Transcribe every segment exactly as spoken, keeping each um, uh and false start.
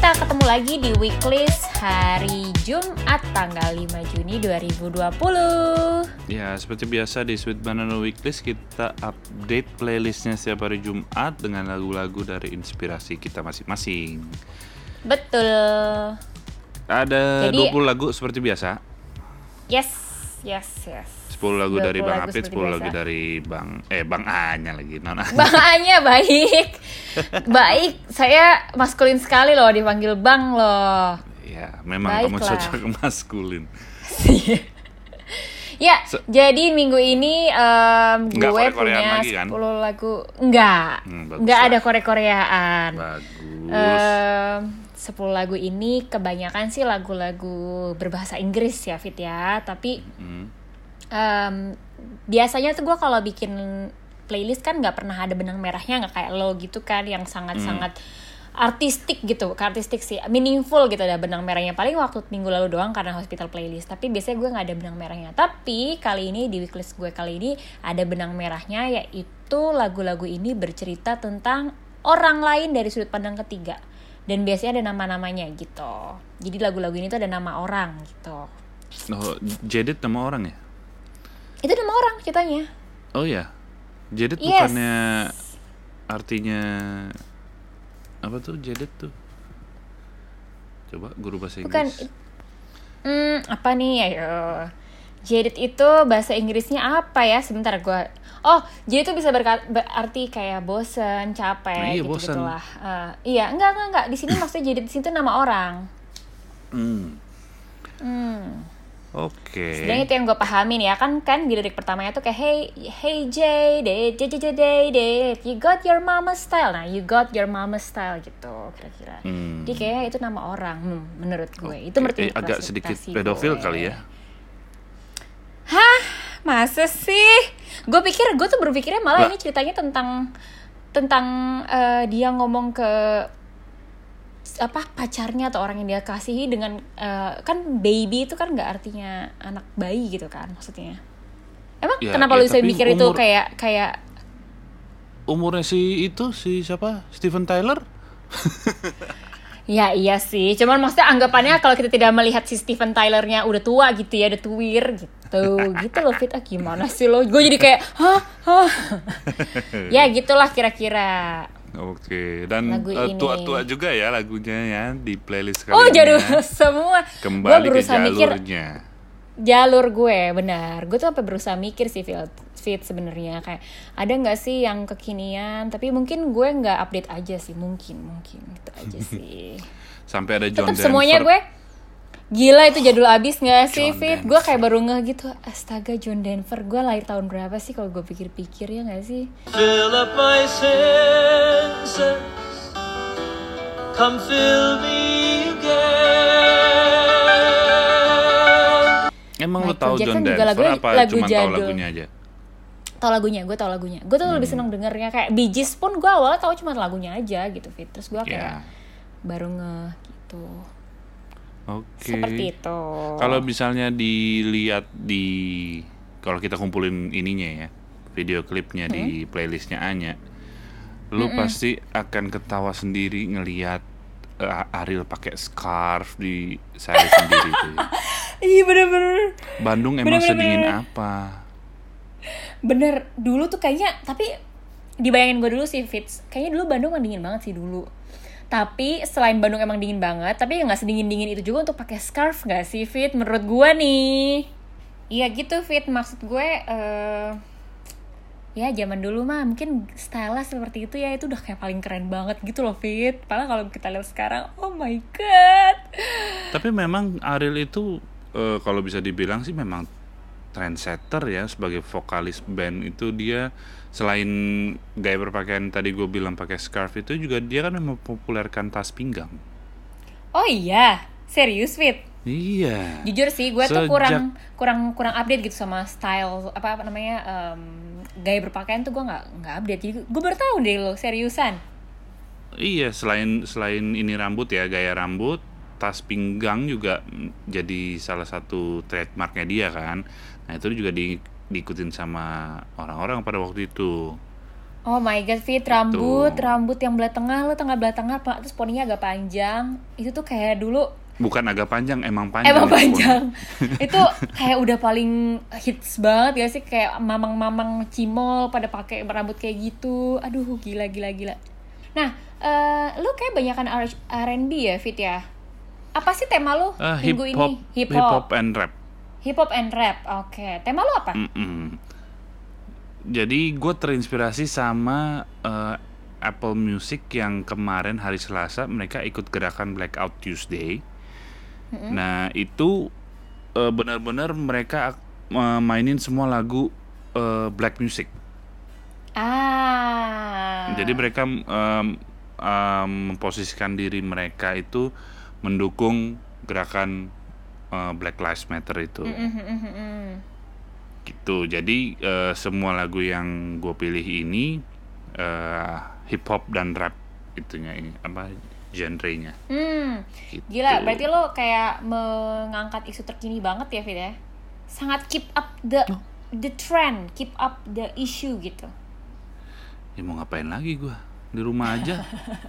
kita ketemu lagi di Weeklist hari Jumat tanggal lima Juni dua ribu dua puluh. Ya, seperti biasa di Sweet Banana Weeklist kita update playlistnya setiap hari Jumat dengan lagu-lagu dari inspirasi kita masing-masing. Betul. Ada Jadi, dua puluh lagu seperti biasa. Yes, yes, yes. sepuluh lagu dari Bang Hafid, sepuluh biasa. lagu dari Bang eh Bang A-nya lagi. Non Bang A-nya baik. Baik, saya maskulin sekali loh dipanggil Bang loh. Ya, memang Baiklah. kamu cocok maskulin. Ya, Se- jadi minggu ini um, Nggak gue Korea-Koreaan punya lagi, kan? sepuluh lagu. Enggak. Hmm, bagus Enggak lah. ada Korea-Koreaan. Bagus. Um, sepuluh lagu ini kebanyakan sih lagu-lagu berbahasa Inggris ya, Fit ya. Tapi Hmm. um, biasanya tuh gue kalau bikin playlist kan nggak pernah ada benang merahnya, nggak kayak lo gitu kan yang sangat-sangat artistik gitu, artistik sih, meaningful gitu ada benang merahnya. Paling waktu minggu lalu doang karena hospital playlist. Tapi biasanya gue nggak ada benang merahnya. Tapi kali ini di weeklist gue kali ini ada benang merahnya, yaitu lagu-lagu ini bercerita tentang orang lain dari sudut pandang ketiga. Dan biasanya ada nama-namanya gitu. Jadi lagu-lagu ini tuh ada nama orang gitu. Oh, Jedit nama orang ya? Itu nama orang ceritanya. Oh ya. Jedit Yes. bukannya artinya apa tuh Jedit tuh? Coba guru bahasa Bukan. Inggris. Hmm, apa nih? Ayo. Jaded itu bahasa Inggrisnya apa ya? Sebentar gue. Oh, jadi itu bisa berka- berarti kayak bosen, capek, Nah, iya, gitu bosen. gitulah. Uh, iya, enggak enggak enggak. Di sini maksudnya jaded di sini tuh nama orang. Hmm. Hmm. Oke. Sebenarnya itu yang gue pahamin ya, kan kan di lirik pertamanya tuh kayak hey hey Jaded, Jaded Jaded, you got your mama style. Nah, you got your mama style gitu kira-kira. Hmm. Jadi kayaknya itu nama orang, hmm, menurut gue. Oke. Itu menurut Eh, agak sedikit interpretasi pedofil gue. kali ya. Hah? Masa sih? Gue pikir, gue tuh berpikirnya malah Lah. ini ceritanya tentang tentang eh, dia ngomong ke apa pacarnya atau orang yang dia kasihi dengan eh, kan baby itu kan nggak artinya anak bayi gitu kan maksudnya. Emang Ya, kenapa ya, lu bisa tapi mikir itu umur- kayak kayak Umurnya si itu si siapa? Steven Tyler? ya iya sih, cuman maksudnya anggapannya kalau kita tidak melihat si Steven Tyler-nya udah tua gitu ya, udah tuir gitu, gitu loh Fit, ah gimana sih lo? Gue jadi kayak, hah, hah, ya gitulah kira-kira. Oke, dan Lagu eh, ini. tua-tua juga ya lagunya ya di playlist kali Oh ini jadul ya. semua. Gue Kembali ke berusaha mikir jalurnya. jalur gue, benar. Gue tuh sampai berusaha mikir sih Fit, Fit sebenarnya kayak ada nggak sih yang kekinian? Tapi mungkin gue nggak update aja sih, mungkin mungkin gitu aja sih. Sampai ada John Tetap Denver. semuanya gue gila itu jadul abis nggak sih John Fit? Denver. Gue kayak baru ngeh gitu. Astaga, John Denver, gue lahir tahun berapa sih kalau gue pikir-pikir ya nggak sih? Fill up my senses, come fill me again. Emang lu Michael tahu Jackson John juga Denver lagunya- apa lagu cuma tahu jadul. lagunya aja? Tau lagunya, gue tau lagunya. Gue tuh lebih seneng dengernya kayak Bee Gees pun gue awalnya tau cuma lagunya aja gitu Fit. Terus gue kayak Ya. baru ngeh gitu. Oke. Seperti itu. Kalau misalnya dilihat di kalau kita kumpulin ininya ya, video klipnya di playlistnya Anya, lu pasti akan ketawa sendiri ngelihat eh, Ariel pakai scarf di saya sendiri tuh. Iya bener-bener. Bandung emang Bener-bener. sedingin apa? Bener, dulu tuh kayaknya, tapi dibayangin gue dulu sih Fitz, kayaknya dulu Bandung emang dingin banget sih dulu. Tapi selain Bandung emang dingin banget, tapi ya gak sedingin-dingin itu juga untuk pakai scarf gak sih Fit, menurut gue nih. Iya gitu Fit, maksud gue uh, ya zaman dulu mah mungkin style seperti itu ya, itu udah kayak paling keren banget gitu loh Fit. Padahal kalau kita lihat sekarang, oh my god. Tapi memang Ariel itu eh, kalau bisa dibilang sih memang trendsetter ya sebagai vokalis band itu. Dia selain gaya berpakaian tadi gue bilang pakai scarf itu juga dia kan mempopulerkan tas pinggang. Oh iya, serius Fit? Iya. Jujur sih gue tuh Sejak- kurang kurang kurang update gitu sama style apa apa namanya em, gaya berpakaian tuh gue nggak nggak update. Jadi gue baru tahu deh lo seriusan. Iya, selain selain ini rambut ya, gaya rambut, tas pinggang juga mm, jadi salah satu trademarknya dia kan. Nah itu juga di, diikutin sama orang-orang pada waktu itu. Oh my god, Fit, rambut, Tuh. rambut yang belah tengah, lo tengah belah tengah, terus poninya agak panjang. Itu tuh kayak dulu. Bukan agak panjang, emang panjang. Emang panjang. Itu kayak udah paling hits banget ya sih, kayak mamang-mamang cimol pada pakai rambut kayak gitu. Aduh, gila gila gila. Nah, uh, lo kayak banyakan R and B ya, Fit ya? Apa sih tema lo uh, minggu hip-hop, ini? Hip hop. Hip hop and rap. Hip hop and rap, oke. Okay. Tema lo apa? Mm-mm. Jadi gue terinspirasi sama uh, Apple Music yang kemarin hari Selasa mereka ikut gerakan Blackout Tuesday. Mm-hmm. Nah itu uh, benar-benar mereka uh, mainin semua lagu uh, black music. Ah. Jadi mereka um, um, memposisikan diri mereka itu mendukung gerakan uh, Black Lives Matter itu. Mm-hmm. Gitu. Jadi uh, semua lagu yang gue pilih ini uh, hip hop dan rap itunya ini apa genrenya. Hmm. Gitu. Gila, berarti lo kayak mengangkat isu terkini banget ya, Fit ya. Sangat keep up the oh. the trend, keep up the issue gitu. Ya mau ngapain lagi gue? Di rumah aja.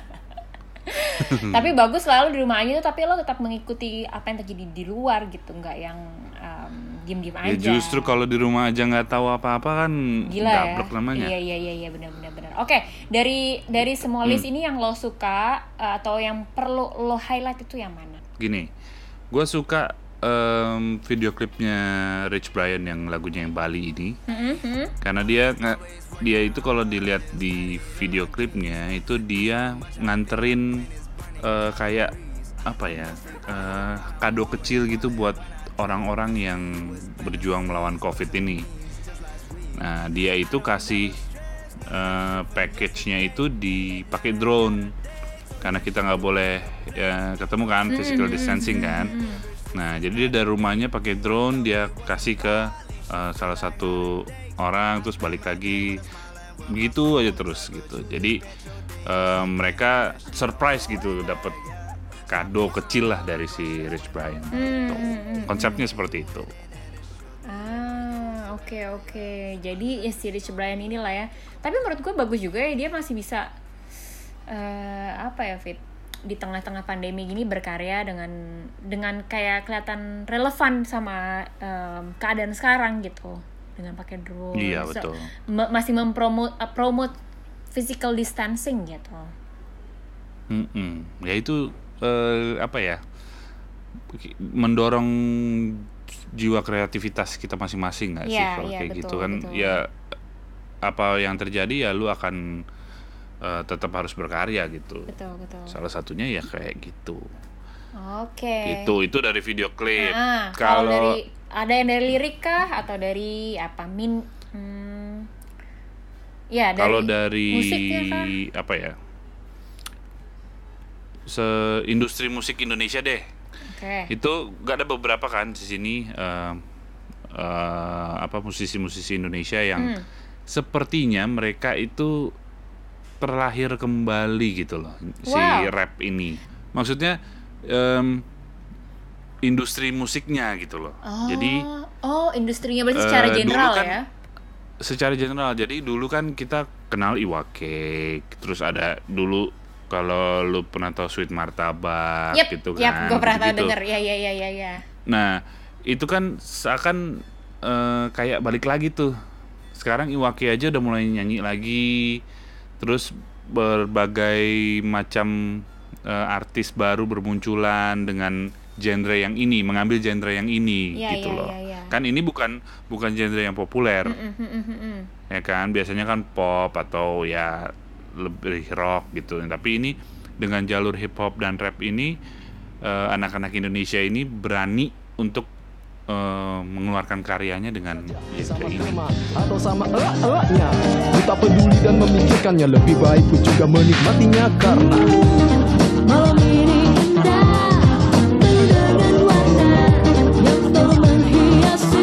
Tapi bagus selalu di rumah aja tuh, tapi lo tetap mengikuti apa yang terjadi di luar gitu, nggak yang um, diem-diem aja. Ya justru kalau di rumah aja nggak tahu apa-apa kan gablek namanya. Iya iya iya iya benar-benar benar. Oke, dari dari semua list hmm. ini yang lo suka uh, atau yang perlu lo highlight itu yang mana? Gini, gue suka um, video klipnya Rich Brian yang lagunya yang Bali ini, mm-hmm. karena dia dia itu kalau dilihat di video klipnya itu dia nganterin uh, kayak apa ya uh, kado kecil gitu buat orang-orang yang berjuang melawan COVID ini. Nah dia itu kasih uh, package-nya itu dipakai drone karena kita nggak boleh uh, ketemu kan, physical distancing kan. Nah jadi dia dari rumahnya pakai drone, dia kasih ke uh, salah satu orang, terus balik lagi, begitu aja terus gitu. Jadi uh, mereka surprise gitu, dapat kado kecil lah dari si Rich Brian. Hmm, gitu. hmm, hmm, Konsepnya seperti itu. Ah, oke okay, oke. Okay. Jadi ya si Rich Brian inilah ya. Tapi menurut gue bagus juga ya, dia masih bisa uh, apa ya, Fit, di tengah-tengah pandemi gini berkarya dengan dengan kayak kelihatan relevan sama um, keadaan sekarang gitu, dengan pakai drone. Iya so, betul. M- masih mempromote uh, promote physical distancing gitu. Mm-mm. Ya itu uh, apa ya, mendorong jiwa kreativitas kita masing-masing nggak sih yeah, kalau yeah, kayak betul, gitu kan betul. Ya apa yang terjadi ya lu akan uh, tetap harus berkarya gitu. Betul, betul. Salah satunya ya kayak gitu. Oke. Okay. Itu itu dari video klip. Nah, kalau dari ada yang dari lirik kah atau dari apa min? Hmm, ya dari. Kalau dari musiknya kah? Apa ya? Se-industri musik Indonesia deh. Okay. Itu gak ada beberapa kan di sini uh, uh, apa musisi-musisi Indonesia yang hmm. sepertinya mereka itu terlahir kembali gitu loh, wow. si rap ini. Maksudnya um, industri musiknya gitu loh. Oh. Jadi oh industrinya berarti secara uh, general kan, ya? Secara general. Jadi dulu kan kita kenal Iwake, terus ada dulu kalau lu pernah tahu Sweet Martabak yep, gitu kan. Yap, gue pernah tahu gitu. denger. Ya ya ya ya ya. Nah, itu kan seakan uh, kayak balik lagi tuh. Sekarang Iwake aja udah mulai nyanyi lagi. Terus berbagai macam uh, artis baru bermunculan dengan genre yang ini, mengambil genre yang ini ya, gitu ya, loh. Ya, ya. Kan ini bukan bukan genre yang populer. Mm, mm, mm, mm, mm. Ya kan, biasanya kan pop atau ya lebih rock gitu. Tapi ini dengan jalur hip hop dan rap ini uh, anak-anak Indonesia ini berani untuk uh, mengeluarkan karyanya dengan genre ini. Atau sama elak-elaknya, tak peduli dan memikirkannya, lebih baik pun juga menikmatinya karena malam ini indah penuh dengan warna yang selalu menghiasi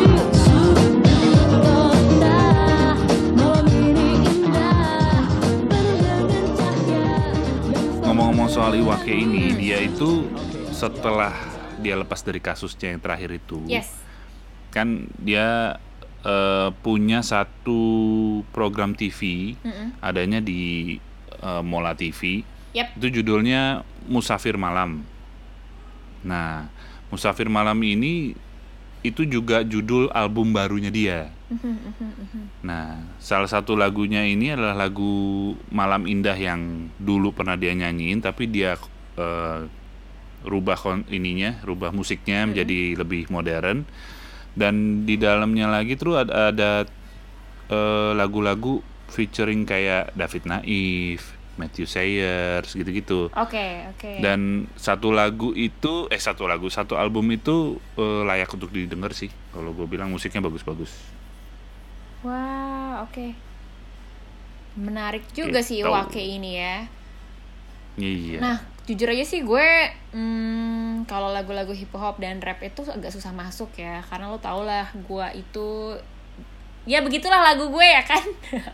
surga. Malam ini indah penuh dengan cahaya. Ngomong-ngomong soal Iwake ini, dia itu setelah dia lepas dari kasusnya yang terakhir itu, yes. kan dia uh, punya satu program T V, Mm-mm. adanya di uh, Mola T V. Yap. Itu judulnya Musafir Malam. Nah, Musafir Malam ini itu juga judul album barunya dia. Nah, salah satu lagunya ini adalah lagu Malam Indah yang dulu pernah dia nyanyiin, tapi dia uh, rubah kon- ininya, rubah musiknya menjadi lebih modern. Dan di dalamnya lagi terus ada, ada uh, lagu-lagu featuring kayak David Naif, Matthew Sayers, gitu-gitu. Oke, oke. Dan satu lagu itu, eh satu lagu, satu album itu eh, layak untuk didengar sih. Kalau gue bilang musiknya bagus-bagus. Wah, oke. Menarik juga sih Gitu. Iwake ini ya. Iya. Nah, jujur aja sih gue hmm, kalau lagu-lagu hip hop dan rap itu agak susah masuk ya, karena lo tau lah gue itu ya begitulah lagu gue ya kan.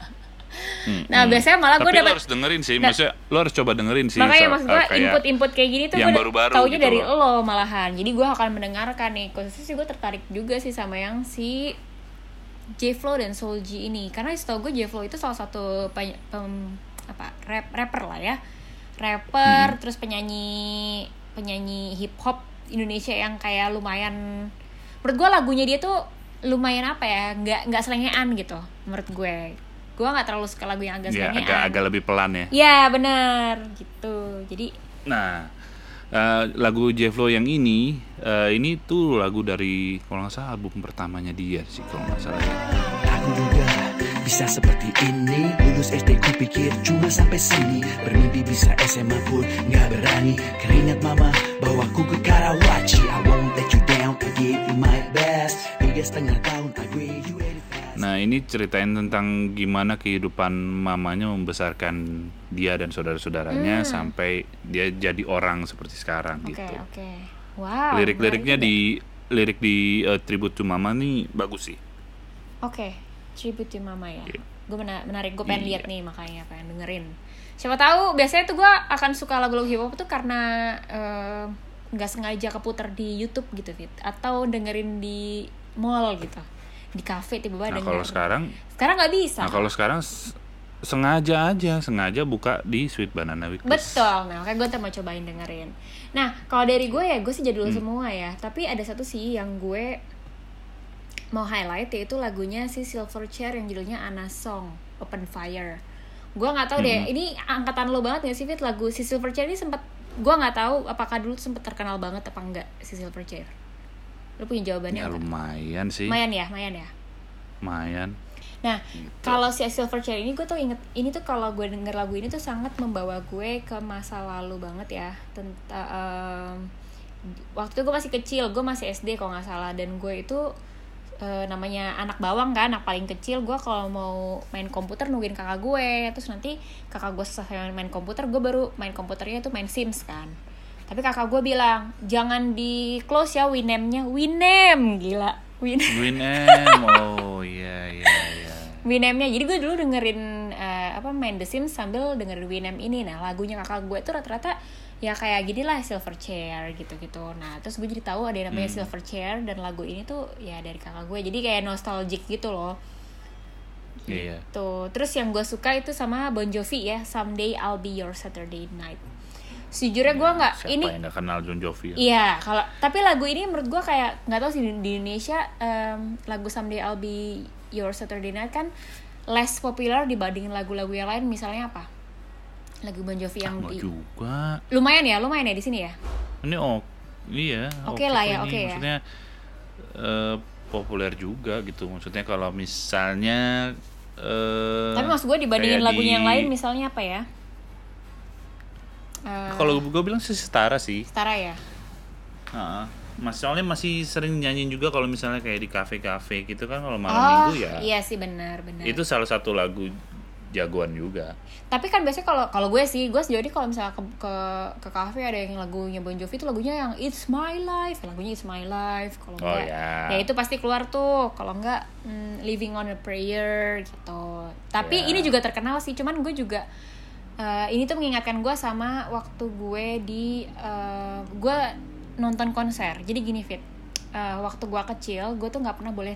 Hmm, Nah, hmm. biasanya malah gue Tapi lo dapat harus dengerin sih, Nah, maksudnya lo harus coba dengerin sih. makanya so- maksud eh, gue kayak input-input kayak gini tuh yang gue baru-baru taunya gitu dari loh. lo malahan. Jadi gue akan mendengarkan nih. Khususnya sih gue tertarik juga sih sama yang si J-Flow dan Soul G ini, karena setahu gue J-Flow itu salah satu peny- pem, apa rap rapper lah ya, rapper terus penyanyi penyanyi hip hop Indonesia yang kayak lumayan, menurut gue lagunya dia tuh lumayan apa ya, nggak nggak selengean gitu menurut gue. Gue nggak terlalu suka lagu yang agak Ya, selengean. agak agak lebih pelan ya. Ya benar gitu. Jadi Nah, eh, lagu J-Flow yang ini, eh, ini tuh lagu dari kalau nggak salah album pertamanya dia sih kalau nggak salah ya. Aku juga bisa seperti ini. Lulus S D ku pikir cuma sampai sini. Bermimpi bisa S M A pun gak berani. Keringat mama bawa ku ke Karawaci. I won't let you down, I give you my best. Tiga setengah tahun I graduated fast. Nah, ini ceritain tentang gimana kehidupan mamanya membesarkan dia dan saudara-saudaranya sampai dia jadi orang seperti sekarang oke gitu. oke. Wow. Lirik-liriknya menarik juga. di lirik di uh, Tribute to Mama nih bagus sih. Oke, tribute to mama ya. Iya. Gue menarik, gue pengen Iya. lihat nih, makanya pengen dengerin. Siapa tahu biasanya tuh gue akan suka lagu-lagu hip hop tuh karena eh, nggak sengaja keputar di YouTube gitu, Fit, atau dengerin di mall gitu, di kafe tiba-tiba Nah, denger. kalau sekarang Sekarang nggak bisa. Nah, kalau sekarang s- sengaja aja, sengaja buka di Sweet Banana Weeklies. Betul, nah makanya gue ntar mau cobain dengerin. Nah, kalau dari gue ya, gue sih jadul Hmm. semua ya. Tapi ada satu sih yang gue mau highlight, yaitu lagunya si Silverchair yang judulnya Anna Song, Open Fire. Gue nggak tahu deh, Hmm. ini angkatan lo banget nggak sih, Fit? Lagu si Silverchair ini sempat, gue nggak tahu apakah dulu sempat terkenal banget apa enggak si Silverchair. Lo punya jawabannya Ya apa? lumayan sih. Mayan ya, mayan ya. Lumayan. Nah, kalau si Silverchair ini gue tuh inget, ini tuh kalau gue denger lagu ini tuh sangat membawa gue ke masa lalu banget ya. Tentang um, waktu itu gue masih kecil, gue masih S D kalau nggak salah, dan gue itu eh, namanya anak bawang kan, anak paling kecil. Gue kalau mau main komputer nungguin kakak gue, terus nanti kakak gue selesai main komputer, gue baru main komputernya tuh main Sims kan. Tapi kakak gue bilang jangan di close ya Winamp-nya, Winamp gila, Winamp. Winamp, oh iya iya iya. Winamp-nya. Jadi gue dulu dengerin eh, apa main The Sims sambil dengerin Winamp ini. Nah, lagunya kakak gue tuh rata-rata ya kayak gini lah, Silverchair gitu-gitu. Nah, terus gue jadi tahu ada yang namanya Hmm. Silverchair, dan lagu ini tuh ya dari kakak gue. Jadi kayak nostalgic gitu loh. Iya. Tuh, terus yang gue suka itu sama Bon Jovi ya, Someday I'll Be Your Saturday Night. Sejujurnya gue nggak Siapa ini yang nggak kenal John Jovi ya? Iya, kalau tapi lagu ini menurut gue kayak nggak tahu sih di, di Indonesia em, lagu Someday I'll Be Your Saturday Night kan less popular dibandingin lagu-lagu yang lain. Misalnya apa? Lagu Bon Jovi yang Nggak di juga. lumayan ya, lumayan ya di sini ya. Ini oh iya. Oke lah ya, kok oke ini. ya. Maksudnya eh, populer juga gitu. Maksudnya kalau misalnya. eh, Tapi maksud gue dibandingin kayak lagunya di- yang lain, misalnya apa ya? Eh, Kalau gue bilang sih setara sih. setara ya. Heeh. Mas soalnya masih sering nyanyiin juga kalau misalnya kayak di kafe-kafe gitu kan kalau malam Oh, minggu ya. iya sih, benar, benar. Itu salah satu lagu jagoan juga. Tapi kan biasanya kalau kalau gue sih, gue sejauh ini kalau misalnya ke ke ke kafe ada yang lagunya Bon Jovi itu lagunya yang It's My Life, lagunya It's My Life. Kalau Oh, enggak, ya. ya itu pasti keluar tuh. Kalau enggak mm, Living on a Prayer gitu. Tapi Ya. ini juga terkenal sih, cuman gue juga eh, ini tuh mengingatkan gue sama waktu gue di eh, gue nonton konser. Jadi gini, Fit, eh, waktu gue kecil gue tuh nggak pernah boleh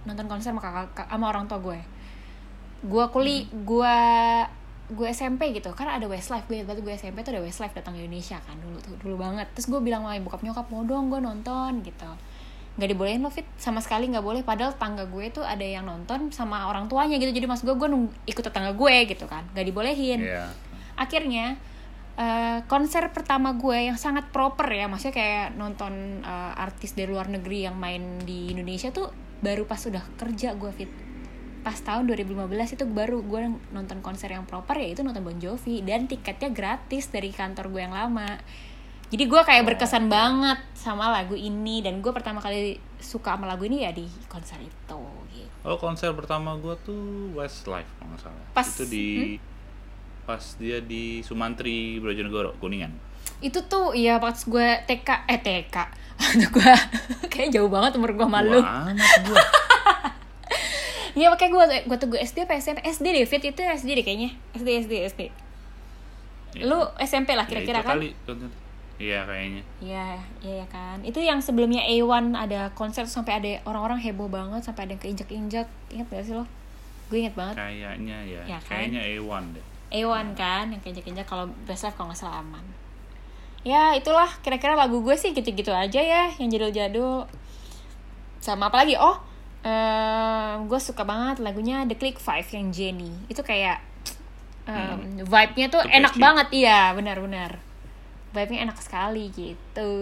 nonton konser sama kakak sama orang tua gue. Gue kuli, gue gue S M P gitu, karena ada Westlife. Gue ingat banget gue S M P tuh ada Westlife datang ke Indonesia kan dulu tuh, dulu banget. Terus gue bilang sama bokap nyokap, mau dong gue nonton gitu. Nggak dibolehin loh Fit, sama sekali nggak boleh. Padahal tetangga gue tuh ada yang nonton sama orang tuanya gitu. Jadi mas gue gue nung, ikut tetangga gue gitu kan, nggak dibolehin. Yeah. Akhirnya uh, konser pertama gue yang sangat proper ya, maksudnya kayak nonton uh, artis dari luar negeri yang main di Indonesia tuh baru pas udah kerja gue Fit. Pas tahun dua ribu lima belas itu baru gue nonton konser yang proper, ya itu nonton Bon Jovi, dan tiketnya gratis dari kantor gue yang lama. Jadi gue kayak berkesan banget sama lagu ini, dan gue pertama kali suka sama lagu ini ya di konser itu gitu. Oh, konser pertama gue tuh Westlife kalau nggak salah. Pas, itu di hmm? pas dia di Sumantri, Brojonegoro, Kuningan. Itu tuh iya pas gue T K eh T K. Waktu gue kayak jauh banget umur gue, malu. Wah, amat gue. Iya makanya gue gue tuh gue S D apa S M P? S D deh Fit, itu S D deh kayaknya. S D S D S D. Ya. Lu S M P lah kira-kira ya, kan? Kali. Iya kayaknya. Iya, iya ya kan. Itu yang sebelumnya A one ada konser sampai ada orang-orang heboh banget, sampai ada yang keinjak-injak. Ingat gak sih lo? Gue inget banget. Kayaknya ya. Ya kan? Kayaknya A one deh. A one kan, yang keinjak-injak. Kalau Westlife kalau nggak salah aman. Ya itulah kira-kira lagu gue sih gitu-gitu aja ya, yang jadul-jadul. Sama apa lagi? Oh, um, gue suka banget lagunya The Click Five yang Jenny. Itu kayak um, hmm. vibe-nya tuh enak banget, iya benar-benar. Vibe-nya enak sekali gitu.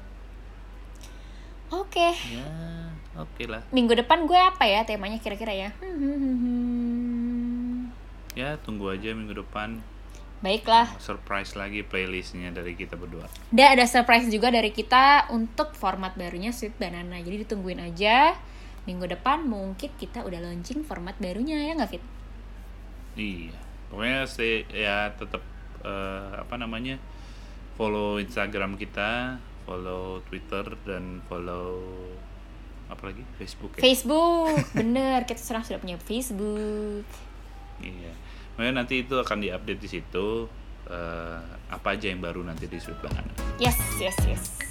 Oke. Okay. Ya, oke okay lah. Minggu depan gue apa ya temanya kira-kira ya? Ya, tunggu aja minggu depan. Baiklah. Surprise lagi playlistnya dari kita berdua. Dan ada surprise juga dari kita untuk format barunya Sweet Banana. Jadi ditungguin aja. Minggu depan mungkin kita udah launching format barunya, ya nggak Fit? Iya. Pokoknya stay ya tetap uh, apa namanya? Follow Instagram kita, follow Twitter, dan follow apa lagi? Facebook ya? Facebook, bener. Kita sekarang sudah punya Facebook. Iya. Makanya nanti itu akan diupdate di situ uh, apa aja yang baru nanti di Sweet Banana. Yes, yes, yes.